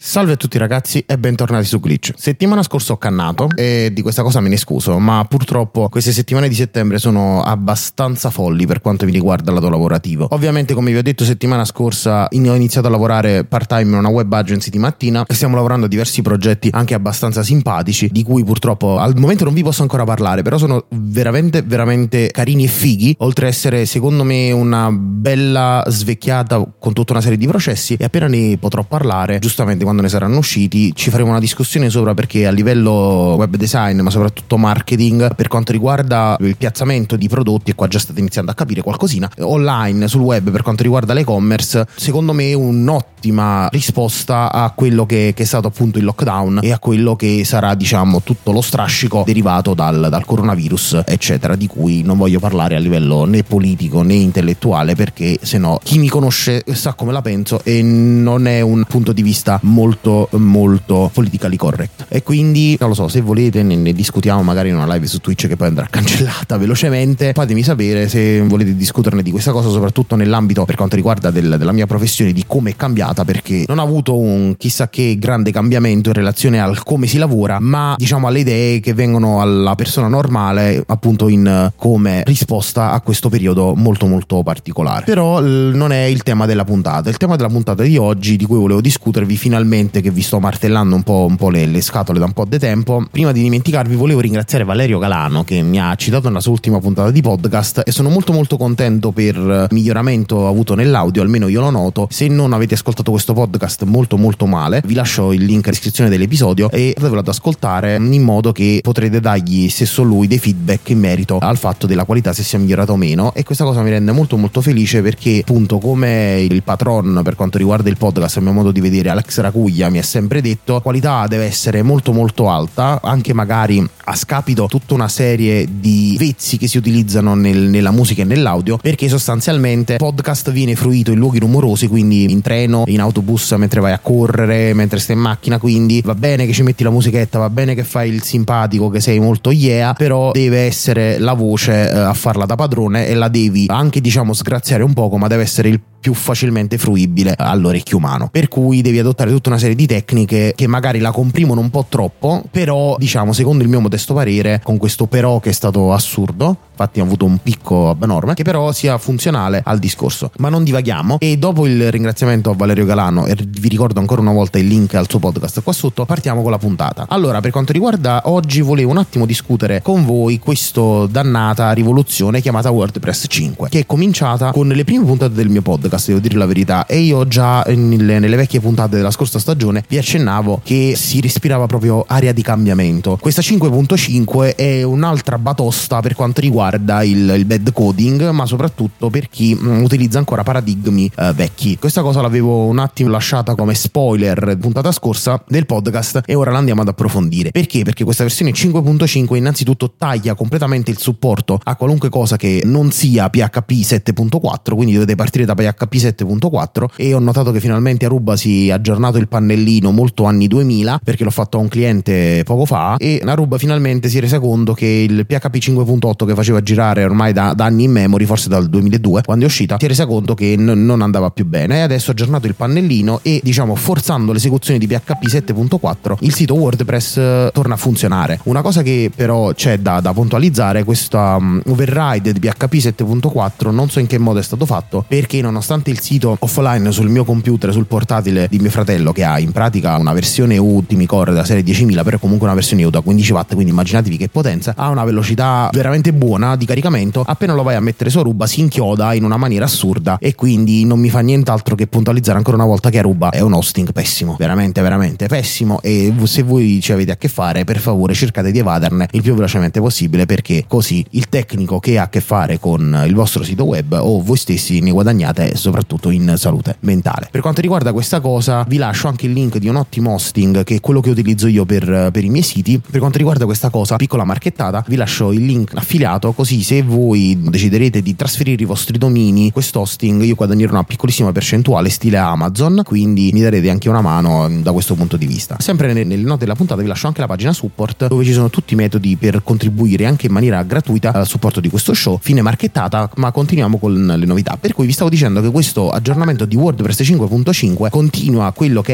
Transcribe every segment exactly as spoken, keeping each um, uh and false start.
Salve a tutti ragazzi e bentornati su Glitch. Settimana scorsa ho cannato e di questa cosa me ne scuso, ma purtroppo queste settimane di settembre sono abbastanza folli per quanto mi riguarda il lato lavorativo. Ovviamente, come vi ho detto settimana scorsa, ho iniziato a lavorare part time in una web agency di mattina e stiamo lavorando a diversi progetti anche abbastanza simpatici, di cui purtroppo al momento non vi posso ancora parlare, però sono veramente veramente carini e fighi, oltre a essere secondo me una bella svecchiata con tutta una serie di processi. E appena ne potrò parlare, giustamente quando ne saranno usciti, ci faremo una discussione sopra, perché a livello web design ma soprattutto marketing, per quanto riguarda il piazzamento di prodotti, e qua già state iniziando a capire qualcosina, online sul web per quanto riguarda l'e-commerce, secondo me un'ottima risposta a quello che, che è stato appunto il lockdown e a quello che sarà, diciamo, tutto lo strascico derivato dal, dal coronavirus eccetera, di cui non voglio parlare a livello né politico né intellettuale, perché se no chi mi conosce sa come la penso e non è un punto di vista molto molto politically correct. E quindi non lo so, se volete ne, ne discutiamo magari in una live su Twitch che poi andrà cancellata velocemente. Fatemi sapere se volete discuterne di questa cosa, soprattutto nell'ambito per quanto riguarda del, della mia professione, di come è cambiata, perché non ha avuto un chissà che grande cambiamento in relazione al come si lavora, ma diciamo alle idee che vengono alla persona normale appunto in come risposta a questo periodo molto molto particolare. Però l- non è il tema della puntata. Il tema della puntata di oggi, di cui volevo discutervi finalmente, che vi sto martellando un po', un po' le, le scatole da un po' di tempo. Prima di dimenticarvi, volevo ringraziare Valerio Galano, che mi ha citato nella sua ultima puntata di podcast, e sono molto molto contento per il miglioramento avuto nell'audio, almeno io lo noto. Se non avete ascoltato questo podcast molto molto male, vi lascio il link in descrizione dell'episodio e andatevelo ad ascoltare, in modo che potrete dargli stesso lui dei feedback in merito al fatto della qualità, se sia migliorata o meno. E questa cosa mi rende molto molto felice, perché appunto, come il patron per quanto riguarda il podcast, a mio modo di vedere, Alex Racuglia, mi ha sempre detto, la qualità deve essere molto molto alta, anche magari a scapito tutta una serie di vezzi che si utilizzano nel, nella musica e nell'audio, perché sostanzialmente podcast viene fruito in luoghi rumorosi, quindi in treno, in autobus, mentre vai a correre, mentre stai in macchina. Quindi va bene che ci metti la musichetta, va bene che fai il simpatico, che sei molto yeah, però deve essere la voce eh, a farla da padrone, e la devi anche, diciamo, sgraziare un poco, ma deve essere il più facilmente fruibile all'orecchio umano, per cui devi adottare tutta una serie di tecniche che magari la comprimono un po' troppo, però diciamo, secondo il mio modesto parere, con questo però che è stato assurdo, infatti ho avuto un picco abnorme, che però sia funzionale al discorso. Ma non divaghiamo, e dopo il ringraziamento a Valerio Galano, e vi ricordo ancora una volta il link al suo podcast qua sotto, partiamo con la puntata. Allora, per quanto riguarda oggi, volevo un attimo discutere con voi questa dannata rivoluzione chiamata WordPress cinque, che è cominciata con le prime puntate del mio podcast, devo dire la verità, e io già nelle, nelle vecchie puntate della scorsa stagione vi accennavo che si respirava proprio aria di cambiamento. Questa cinque punto cinque è un'altra batosta per quanto riguarda il, il bad coding, ma soprattutto per chi mh, utilizza ancora paradigmi eh, vecchi. Questa cosa l'avevo un attimo lasciata come spoiler puntata scorsa del podcast, e ora la andiamo ad approfondire. Perché? Perché questa versione cinque punto cinque innanzitutto taglia completamente il supporto a qualunque cosa che non sia P H P sette punto quattro, quindi dovete partire da P H P sette punto quattro, e ho notato che finalmente Aruba si è aggiornato il pannellino molto anni duemila, perché l'ho fatto a un cliente poco fa, e Aruba finalmente si è resa conto che il P H P cinque punto otto che faceva girare ormai da, da anni in memory, forse dal duemiladue quando è uscita, si è resa conto che n- non andava più bene, e adesso ha aggiornato il pannellino, e diciamo forzando l'esecuzione di P H P sette punto quattro il sito WordPress uh, torna a funzionare. Una cosa che però c'è da, da puntualizzare: questa um, override di P H P sette punto quattro non so in che modo è stato fatto, perché nonostante il sito offline sul mio computer, sul portatile di mio fratello, che ha in pratica una versione ultimi core della serie diecimila, però comunque una versione U da quindici watt, quindi immaginatevi che potenza, ha una velocità veramente buona di caricamento, appena lo vai a mettere su Aruba si inchioda in una maniera assurda, e quindi non mi fa nient'altro che puntualizzare ancora una volta che Aruba è un hosting pessimo, veramente veramente pessimo. E se voi ci avete a che fare, per favore cercate di evaderne il più velocemente possibile, perché così il tecnico che ha a che fare con il vostro sito web o voi stessi ne guadagnate, soprattutto in salute mentale. Per quanto riguarda questa cosa, vi lascio anche il link di un ottimo hosting, che è quello che utilizzo io per, per i miei siti. Per quanto riguarda questa cosa, piccola marchettata, vi lascio il link affiliato, così se voi deciderete di trasferire i vostri domini, questo hosting, io guadagnerò una piccolissima percentuale stile Amazon, quindi mi darete anche una mano da questo punto di vista. Sempre nelle, nelle note della puntata vi lascio anche la pagina support, dove ci sono tutti i metodi per contribuire anche in maniera gratuita al supporto di questo show. Fine marchettata, ma continuiamo con le novità. Per cui vi stavo dicendo che questo aggiornamento di WordPress cinque punto cinque continua quello che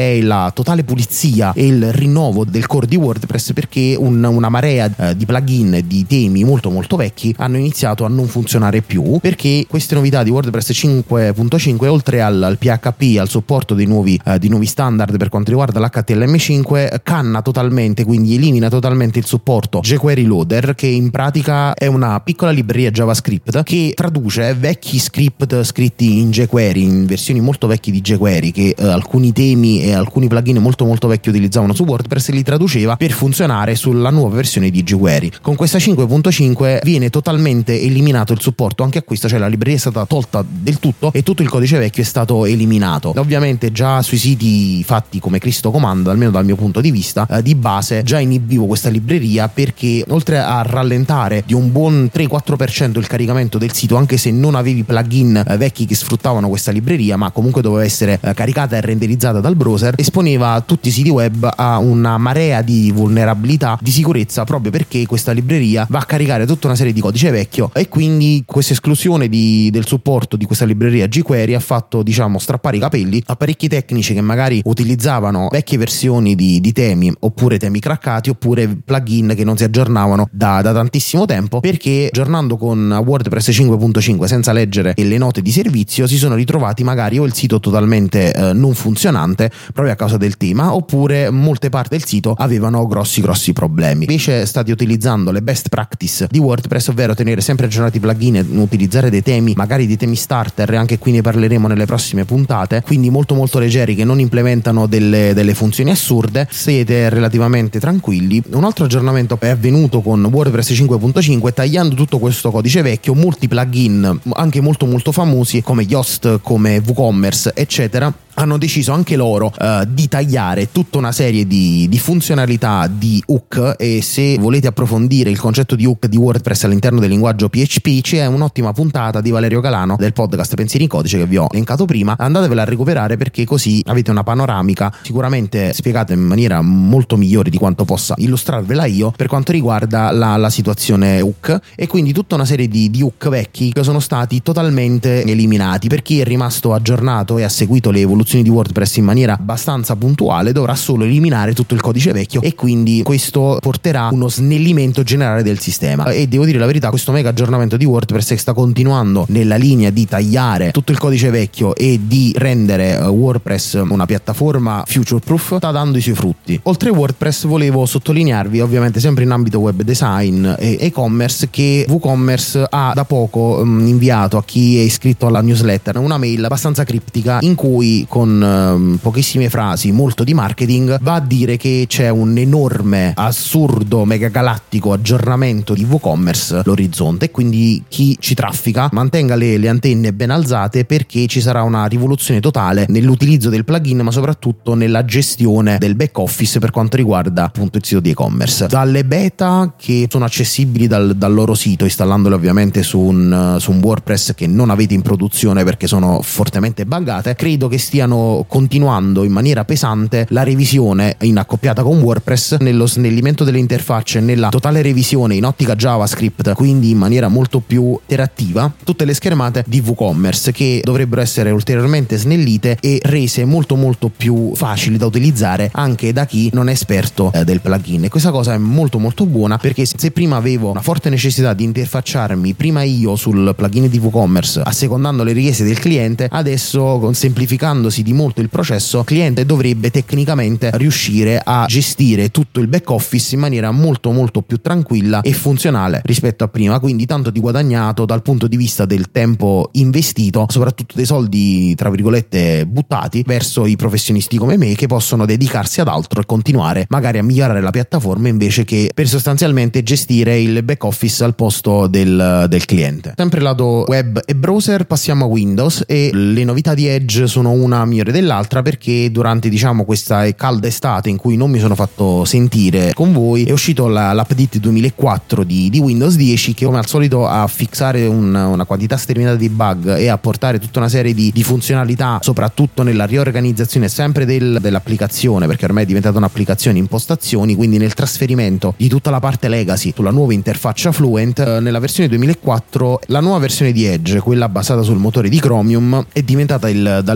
è la totale pulizia e il rinnovo del core di WordPress, perché un, una marea eh, di plugin, di temi molto molto vecchi hanno iniziato a non funzionare più, perché queste novità di WordPress cinque punto cinque, oltre al, al P H P, al supporto dei nuovi, eh, dei nuovi standard per quanto riguarda l'H T M L cinque, canna totalmente, quindi elimina totalmente il supporto jQuery Loader, che in pratica è una piccola libreria JavaScript che traduce vecchi script scritti in jQuery, in versioni molto vecchie di jQuery che eh, alcuni temi e alcuni plugin molto molto vecchi utilizzavano su WordPress, e li traduceva per funzionare sulla nuova versione di jQuery. Con questa cinque punto cinque viene totalmente eliminato il supporto anche a questo, cioè la libreria è stata tolta del tutto e tutto il codice vecchio è stato eliminato. Ovviamente già sui siti fatti come Cristo comanda, almeno dal mio punto di vista, eh, di base già inibivo questa libreria, perché oltre a rallentare di un buon tre quattro per cento il caricamento del sito, anche se non avevi plugin eh, vecchi che sfruttavano questa libreria, ma comunque doveva essere eh, caricata e renderizzata dal browser, esponeva tutti i siti web a una marea di vulnerabilità di sicurezza, proprio perché questa libreria va a caricare tutta una serie di codice vecchio, e quindi questa esclusione di, del supporto di questa libreria jQuery ha fatto, diciamo, strappare i capelli a parecchi tecnici che magari utilizzavano vecchie versioni di, di temi, oppure temi craccati, oppure plugin che non si aggiornavano da, da tantissimo tempo, perché aggiornando con WordPress cinque punto cinque senza leggere le note di servizio si sono ritrovati magari o il sito totalmente eh, non funzionante proprio a causa del tema, oppure molte parti del sito avevano grossi grossi problemi. Invece state utilizzando le best practice di WordPress, ovvero tenere sempre aggiornati i plugin, utilizzare dei temi, magari dei temi starter, e anche qui ne parleremo nelle prossime puntate, quindi molto molto leggeri, che non implementano delle, delle funzioni assurde, siete relativamente tranquilli. Un altro aggiornamento è avvenuto con WordPress cinque punto cinque, tagliando tutto questo codice vecchio. Molti plugin anche molto molto famosi come Yoast, come WooCommerce eccetera, hanno deciso anche loro uh, di tagliare tutta una serie di, di funzionalità di hook, e se volete approfondire il concetto di hook di WordPress all'interno del linguaggio P H P c'è un'ottima puntata di Valerio Calano del podcast Pensieri in Codice che vi ho elencato prima, andatevela a recuperare, perché così avete una panoramica sicuramente spiegata in maniera molto migliore di quanto possa illustrarvela io per quanto riguarda la, la situazione hook, e quindi tutta una serie di, di hook vecchi che sono stati totalmente eliminati. Per chi è rimasto aggiornato e ha seguito le evoluzioni di WordPress in maniera abbastanza puntuale dovrà solo eliminare tutto il codice vecchio, e quindi questo porterà uno snellimento generale del sistema. E devo dire la verità, questo mega aggiornamento di WordPress, che sta continuando nella linea di tagliare tutto il codice vecchio e di rendere WordPress una piattaforma future proof, sta dando i suoi frutti. Oltre a WordPress volevo sottolinearvi, ovviamente sempre in ambito web design e e-commerce, che WooCommerce ha da poco um, inviato a chi è iscritto alla newsletter una mail abbastanza criptica, in cui con um, pochissime frasi, molto di marketing, va a dire che c'è un enorme, assurdo, mega galattico aggiornamento di WooCommerce all'orizzonte, e quindi chi ci traffica mantenga le, le antenne ben alzate, perché ci sarà una rivoluzione totale nell'utilizzo del plugin, ma soprattutto nella gestione del back office per quanto riguarda appunto il sito di e-commerce. Dalle beta che sono accessibili dal, dal loro sito, installandole ovviamente su un, su un WordPress che non avete in produzione perché sono fortemente buggate, credo che stiano continuando in maniera pesante la revisione in accoppiata con WordPress, nello snellimento delle interfacce, nella totale revisione in ottica JavaScript, quindi in maniera molto più interattiva, tutte le schermate di WooCommerce, che dovrebbero essere ulteriormente snellite e rese molto molto più facili da utilizzare anche da chi non è esperto eh, del plugin. E questa cosa è molto molto buona, perché se prima avevo una forte necessità di interfacciarmi prima io sul plugin di WooCommerce assecondando le richieste del cliente, adesso con semplificandosi di molto il processo, il cliente dovrebbe tecnicamente riuscire a gestire tutto il back office in maniera molto molto più tranquilla e funzionale rispetto a prima, quindi tanto di guadagnato dal punto di vista del tempo investito, soprattutto dei soldi tra virgolette buttati verso i professionisti come me, che possono dedicarsi ad altro e continuare magari a migliorare la piattaforma invece che per sostanzialmente gestire il back office al posto del, del cliente. Sempre lato web e browser passiamo a Windows, e le novità di Edge sono una migliore dell'altra, perché durante diciamo questa calda estate in cui non mi sono fatto sentire con voi è uscito la, l'update duemilaquattro di, di Windows dieci, che come al solito a fissare un, una quantità sterminata di bug e a portare tutta una serie di, di funzionalità, soprattutto nella riorganizzazione sempre del, dell'applicazione, perché ormai è diventata un'applicazione impostazioni, quindi nel trasferimento di tutta la parte legacy sulla nuova interfaccia Fluent. Eh, nella versione duemilaquattro la nuova versione di Edge, quella basata sul motore di Chromium, è diventata il, dal ventiquattro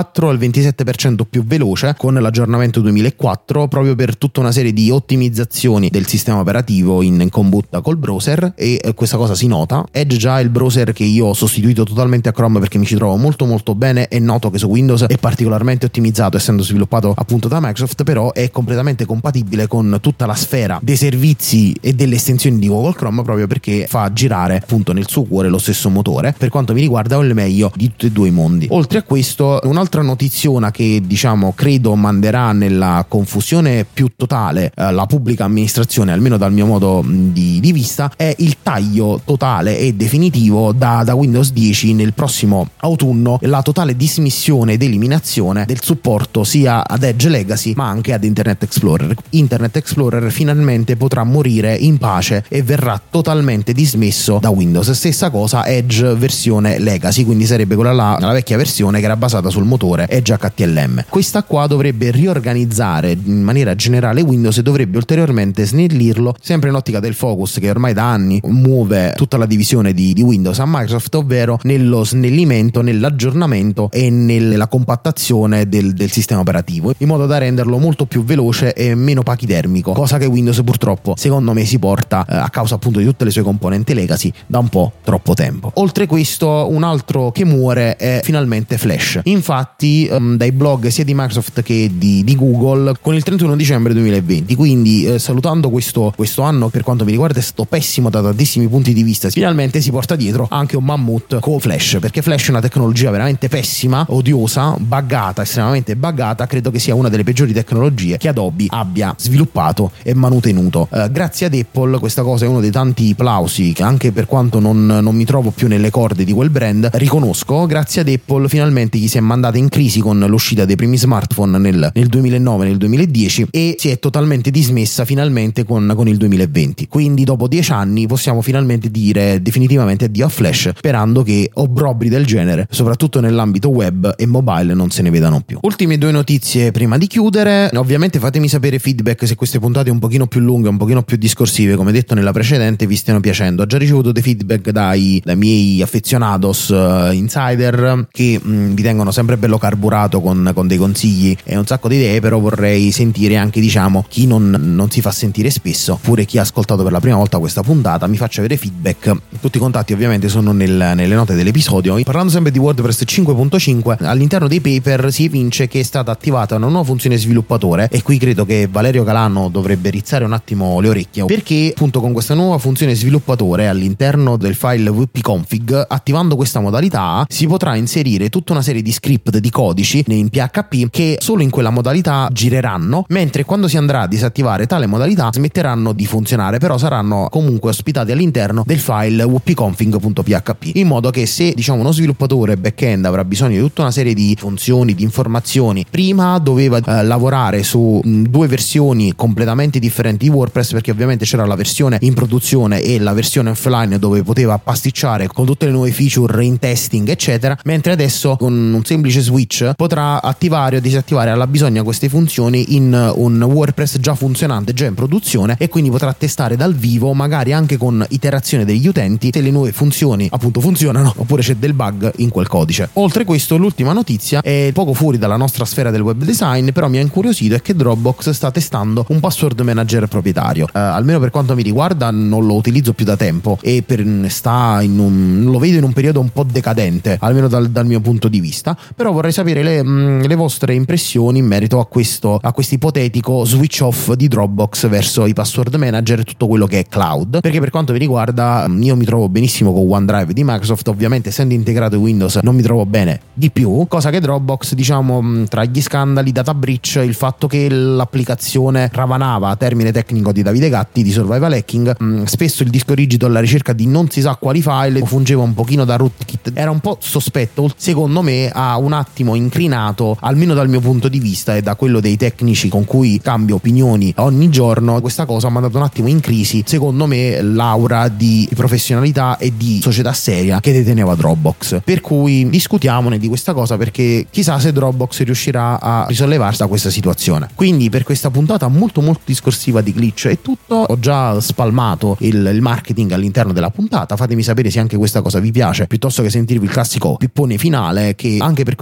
ventiquattro al ventisette per cento più veloce con l'aggiornamento duemilaquattro, proprio per tutta una serie di ottimizzazioni del sistema operativo in combutta col browser, e questa cosa si nota. Edge già è il browser che io ho sostituito totalmente a Chrome perché mi ci trovo molto molto bene, è noto che su Windows è particolarmente ottimizzato essendo sviluppato appunto da Microsoft, però è completamente compatibile con tutta la sfera dei servizi e delle estensioni di Google Chrome, proprio perché fa girare appunto nel suo cuore lo stesso motore. Per quanto mi riguarda è il meglio di tutti e due i mondi. Oltre a questo, un'altra notiziona che diciamo credo manderà nella confusione più totale eh, la pubblica amministrazione, almeno dal mio modo di, di vista, è il taglio totale e definitivo da, da Windows dieci nel prossimo autunno, la totale dismissione ed eliminazione del supporto sia ad Edge Legacy ma anche ad Internet Explorer. Internet Explorer finalmente potrà morire in pace e verrà totalmente dismesso da Windows. Stessa cosa Edge versione Legacy, quindi sarebbe quella là, la vecchia versione che era basata sul motore Edge H T L M. Questa qua dovrebbe riorganizzare in maniera generale Windows e dovrebbe ulteriormente snellirlo, sempre in ottica del focus che ormai da anni muove tutta la divisione di, di Windows a Microsoft, ovvero nello snellimento, nell'aggiornamento e nella compattazione del, del sistema operativo, in modo da renderlo molto più veloce e meno pachidermico, cosa che Windows purtroppo secondo me si porta eh, a causa appunto di tutte le sue componenti legacy da un po' troppo tempo. Oltre questo, un altro che muore è finalmente Flash. Infatti um, dai blog sia di Microsoft che di, di Google, con il trentuno dicembre duemilaventi, quindi eh, salutando questo, questo anno per quanto mi riguarda è stato pessimo da tantissimi punti di vista, finalmente si porta dietro anche un mammut con Flash, perché Flash è una tecnologia veramente pessima, odiosa, buggata, estremamente buggata. Credo che sia una delle peggiori tecnologie che Adobe abbia sviluppato e mantenuto. Eh, grazie ad Apple, questa cosa è uno dei tanti plausi che, anche per quanto non, non mi trovo più nelle corde di quel brand, riconosco. Grazie ad Apple finalmente gli si è mandata in crisi con l'uscita dei primi smartphone nel, nel duemilanove, nel duemiladieci, e si è totalmente dismessa finalmente con, con il duemilaventi. Quindi dopo dieci anni possiamo finalmente dire definitivamente addio a Flash, sperando che obbrobri del genere, soprattutto nell'ambito web e mobile, non se ne vedano più. Ultime due notizie prima di chiudere. Ovviamente fatemi sapere feedback se queste puntate un pochino più lunghe, un pochino più discorsive, come detto nella precedente, vi stiano piacendo. Ho già ricevuto dei feedback dai, dai miei affezionados uh, insider che mh, vi tengono sempre bello carburato con, con dei consigli e un sacco di idee, però vorrei sentire anche diciamo chi non, non si fa sentire spesso, oppure chi ha ascoltato per la prima volta questa puntata mi faccia avere feedback. Tutti i contatti ovviamente sono nel, nelle note dell'episodio. Parlando sempre di WordPress cinque punto cinque, all'interno dei paper si evince che è stata attivata una nuova funzione sviluppatore, e qui credo che Valerio Calano dovrebbe rizzare un attimo le orecchie, perché appunto con questa nuova funzione sviluppatore all'interno del file wp-config, attivando questa modalità si potrà inserire tutta una serie di script, di codici in P H P che solo in quella modalità gireranno, mentre quando si andrà a disattivare tale modalità smetteranno di funzionare, però saranno comunque ospitati all'interno del file wp-config.php, in modo che se diciamo uno sviluppatore back-end avrà bisogno di tutta una serie di funzioni, di informazioni, prima doveva eh, lavorare su mh, due versioni completamente differenti di WordPress, perché ovviamente c'era la versione in produzione e la versione offline dove poteva pasticciare con tutte le nuove feature in testing eccetera, mentre adesso con un semplice switch potrà attivare o disattivare alla bisogna queste funzioni in un WordPress già funzionante, già in produzione, e quindi potrà testare dal vivo, magari anche con iterazione degli utenti, se le nuove funzioni appunto funzionano oppure c'è del bug in quel codice. Oltre questo, l'ultima notizia è poco fuori dalla nostra sfera del web design, però mi ha incuriosito, è che Dropbox sta testando un password manager proprietario. Uh, almeno per quanto mi riguarda non lo utilizzo più da tempo e per, sta in un, lo vedo in un periodo un po' decadente, almeno dal, dal mio punto di vista, però vorrei sapere le, mh, le vostre impressioni in merito a questo a questo ipotetico switch off di Dropbox verso i password manager e tutto quello che è cloud, perché per quanto mi riguarda io mi trovo benissimo con OneDrive di Microsoft, ovviamente essendo integrato in Windows non mi trovo bene di più, cosa che Dropbox, diciamo, tra gli scandali, data breach, il fatto che l'applicazione ravanava, termine tecnico di Davide Gatti di Survival Hacking, mh, spesso il disco rigido alla ricerca di non si sa quali file fungeva un pochino da rootkit, era un po' sospetto, secondo me ha un attimo incrinato, almeno dal mio punto di vista e da quello dei tecnici con cui cambio opinioni ogni giorno, questa cosa ha mandato un attimo in crisi secondo me l'aura di professionalità e di società seria che deteneva Dropbox, per cui discutiamone di questa cosa, perché chissà se Dropbox riuscirà a risollevarsi da questa situazione. Quindi per questa puntata molto molto discorsiva di glitch è tutto, ho già spalmato il, il marketing all'interno della puntata, fatemi sapere se anche questa cosa vi piace, piuttosto che sentirvi il classico pippone finale, che anche per questa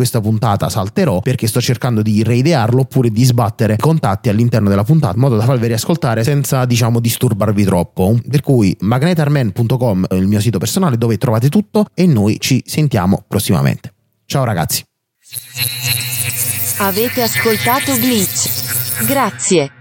questa puntata salterò perché sto cercando di reidearlo oppure di sbattere contatti all'interno della puntata in modo da farvi riascoltare senza, diciamo, disturbarvi troppo. Per cui magnetarman punto com è il mio sito personale dove trovate tutto e noi ci sentiamo prossimamente. Ciao ragazzi. Avete ascoltato Glitch. Grazie.